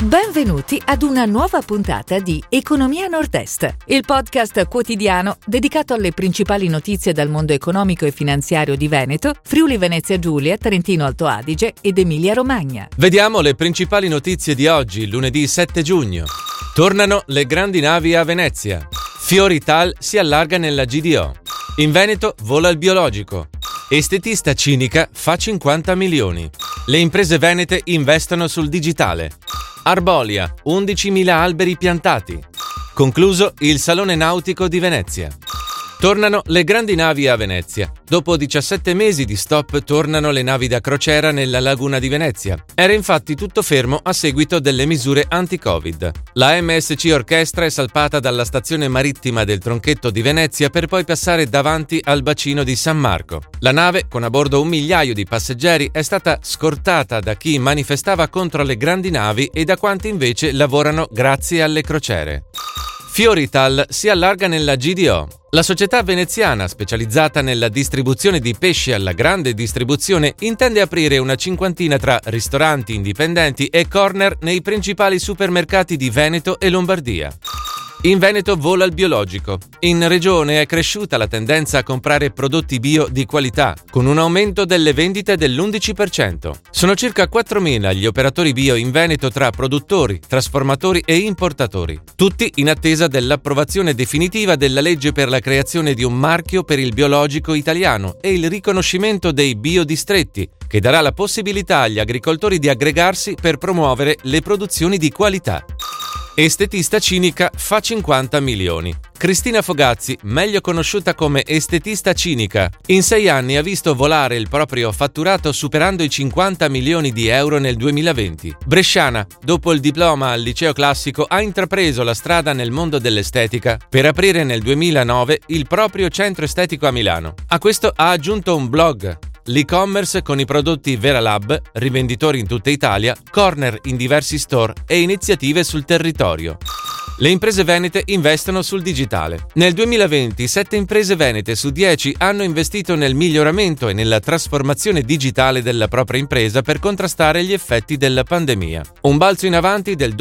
Benvenuti ad una nuova puntata di Economia Nord-Est, il podcast quotidiano dedicato alle principali notizie dal mondo economico e finanziario di Veneto, Friuli Venezia Giulia, Trentino Alto Adige ed Emilia Romagna. Vediamo le principali notizie di oggi, lunedì 7 giugno. Tornano le grandi navi a Venezia. Fiorital si allarga nella GDO. In Veneto vola il biologico. Estetista cinica fa 50 milioni. Le imprese venete investono sul digitale. Arbolia, 11.000 alberi piantati. Concluso il Salone Nautico di Venezia. Tornano le grandi navi a Venezia. Dopo 17 mesi di stop tornano le navi da crociera nella laguna di Venezia. Era infatti tutto fermo a seguito delle misure anti-Covid. La MSC Orchestra è salpata dalla stazione marittima del Tronchetto di Venezia per poi passare davanti al bacino di San Marco. La nave, con a bordo 1 migliaio di passeggeri, è stata scortata da chi manifestava contro le grandi navi e da quanti invece lavorano grazie alle crociere. Fiorital si allarga nella GDO. La società veneziana, specializzata nella distribuzione di pesce alla grande distribuzione, intende aprire una cinquantina tra ristoranti indipendenti e corner nei principali supermercati di Veneto e Lombardia. In Veneto vola il biologico. In regione è cresciuta la tendenza a comprare prodotti bio di qualità, con un aumento delle vendite dell'11%. Sono circa 4.000 gli operatori bio in Veneto tra produttori, trasformatori e importatori, tutti in attesa dell'approvazione definitiva della legge per la creazione di un marchio per il biologico italiano e il riconoscimento dei biodistretti, che darà la possibilità agli agricoltori di aggregarsi per promuovere le produzioni di qualità. Estetista cinica fa 50 milioni. Cristina Fogazzi, meglio conosciuta come estetista cinica, in 6 anni ha visto volare il proprio fatturato superando i 50 milioni di euro nel 2020. Bresciana, dopo il diploma al liceo classico, ha intrapreso la strada nel mondo dell'estetica per aprire nel 2009 il proprio centro estetico a Milano. A questo ha aggiunto un blog, l'e-commerce con i prodotti Veralab, rivenditori in tutta Italia, corner in diversi store e iniziative sul territorio. Le imprese venete investono sul digitale. Nel 2020 7 imprese venete su 10 hanno investito nel miglioramento e nella trasformazione digitale della propria impresa per contrastare gli effetti della pandemia. Un balzo in avanti del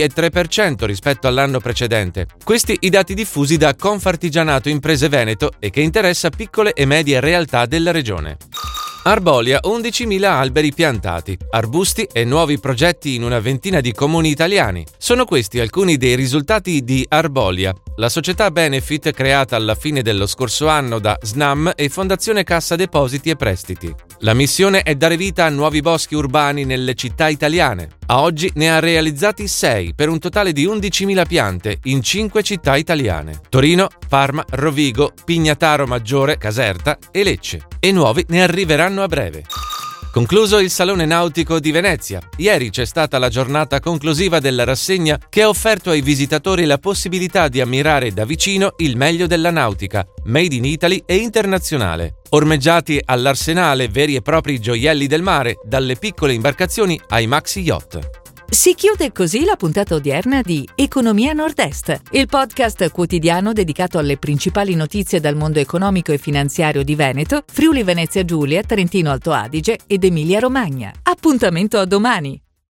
12,3% rispetto all'anno precedente. Questi i dati diffusi da Confartigianato Imprese Veneto e che interessa piccole e medie realtà della regione. Arbolia, 11.000 alberi piantati, arbusti e nuovi progetti in una ventina di comuni italiani. Sono questi alcuni dei risultati di Arbolia, la società benefit creata alla fine dello scorso anno da SNAM e Fondazione Cassa Depositi e Prestiti. La missione è dare vita a nuovi boschi urbani nelle città italiane. A oggi ne ha realizzati 6 per un totale di 11.000 piante in 5 città italiane: Torino, Parma, Rovigo, Pignataro Maggiore, Caserta e Lecce. E nuovi ne arriveranno a breve. Concluso il Salone Nautico di Venezia. Ieri c'è stata la giornata conclusiva della rassegna che ha offerto ai visitatori la possibilità di ammirare da vicino il meglio della nautica, made in Italy e internazionale. Ormeggiati all'arsenale veri e propri gioielli del mare, dalle piccole imbarcazioni ai maxi yacht. Si chiude così la puntata odierna di Economia Nord-Est, il podcast quotidiano dedicato alle principali notizie dal mondo economico e finanziario di Veneto, Friuli Venezia Giulia, Trentino Alto Adige ed Emilia Romagna. Appuntamento a domani!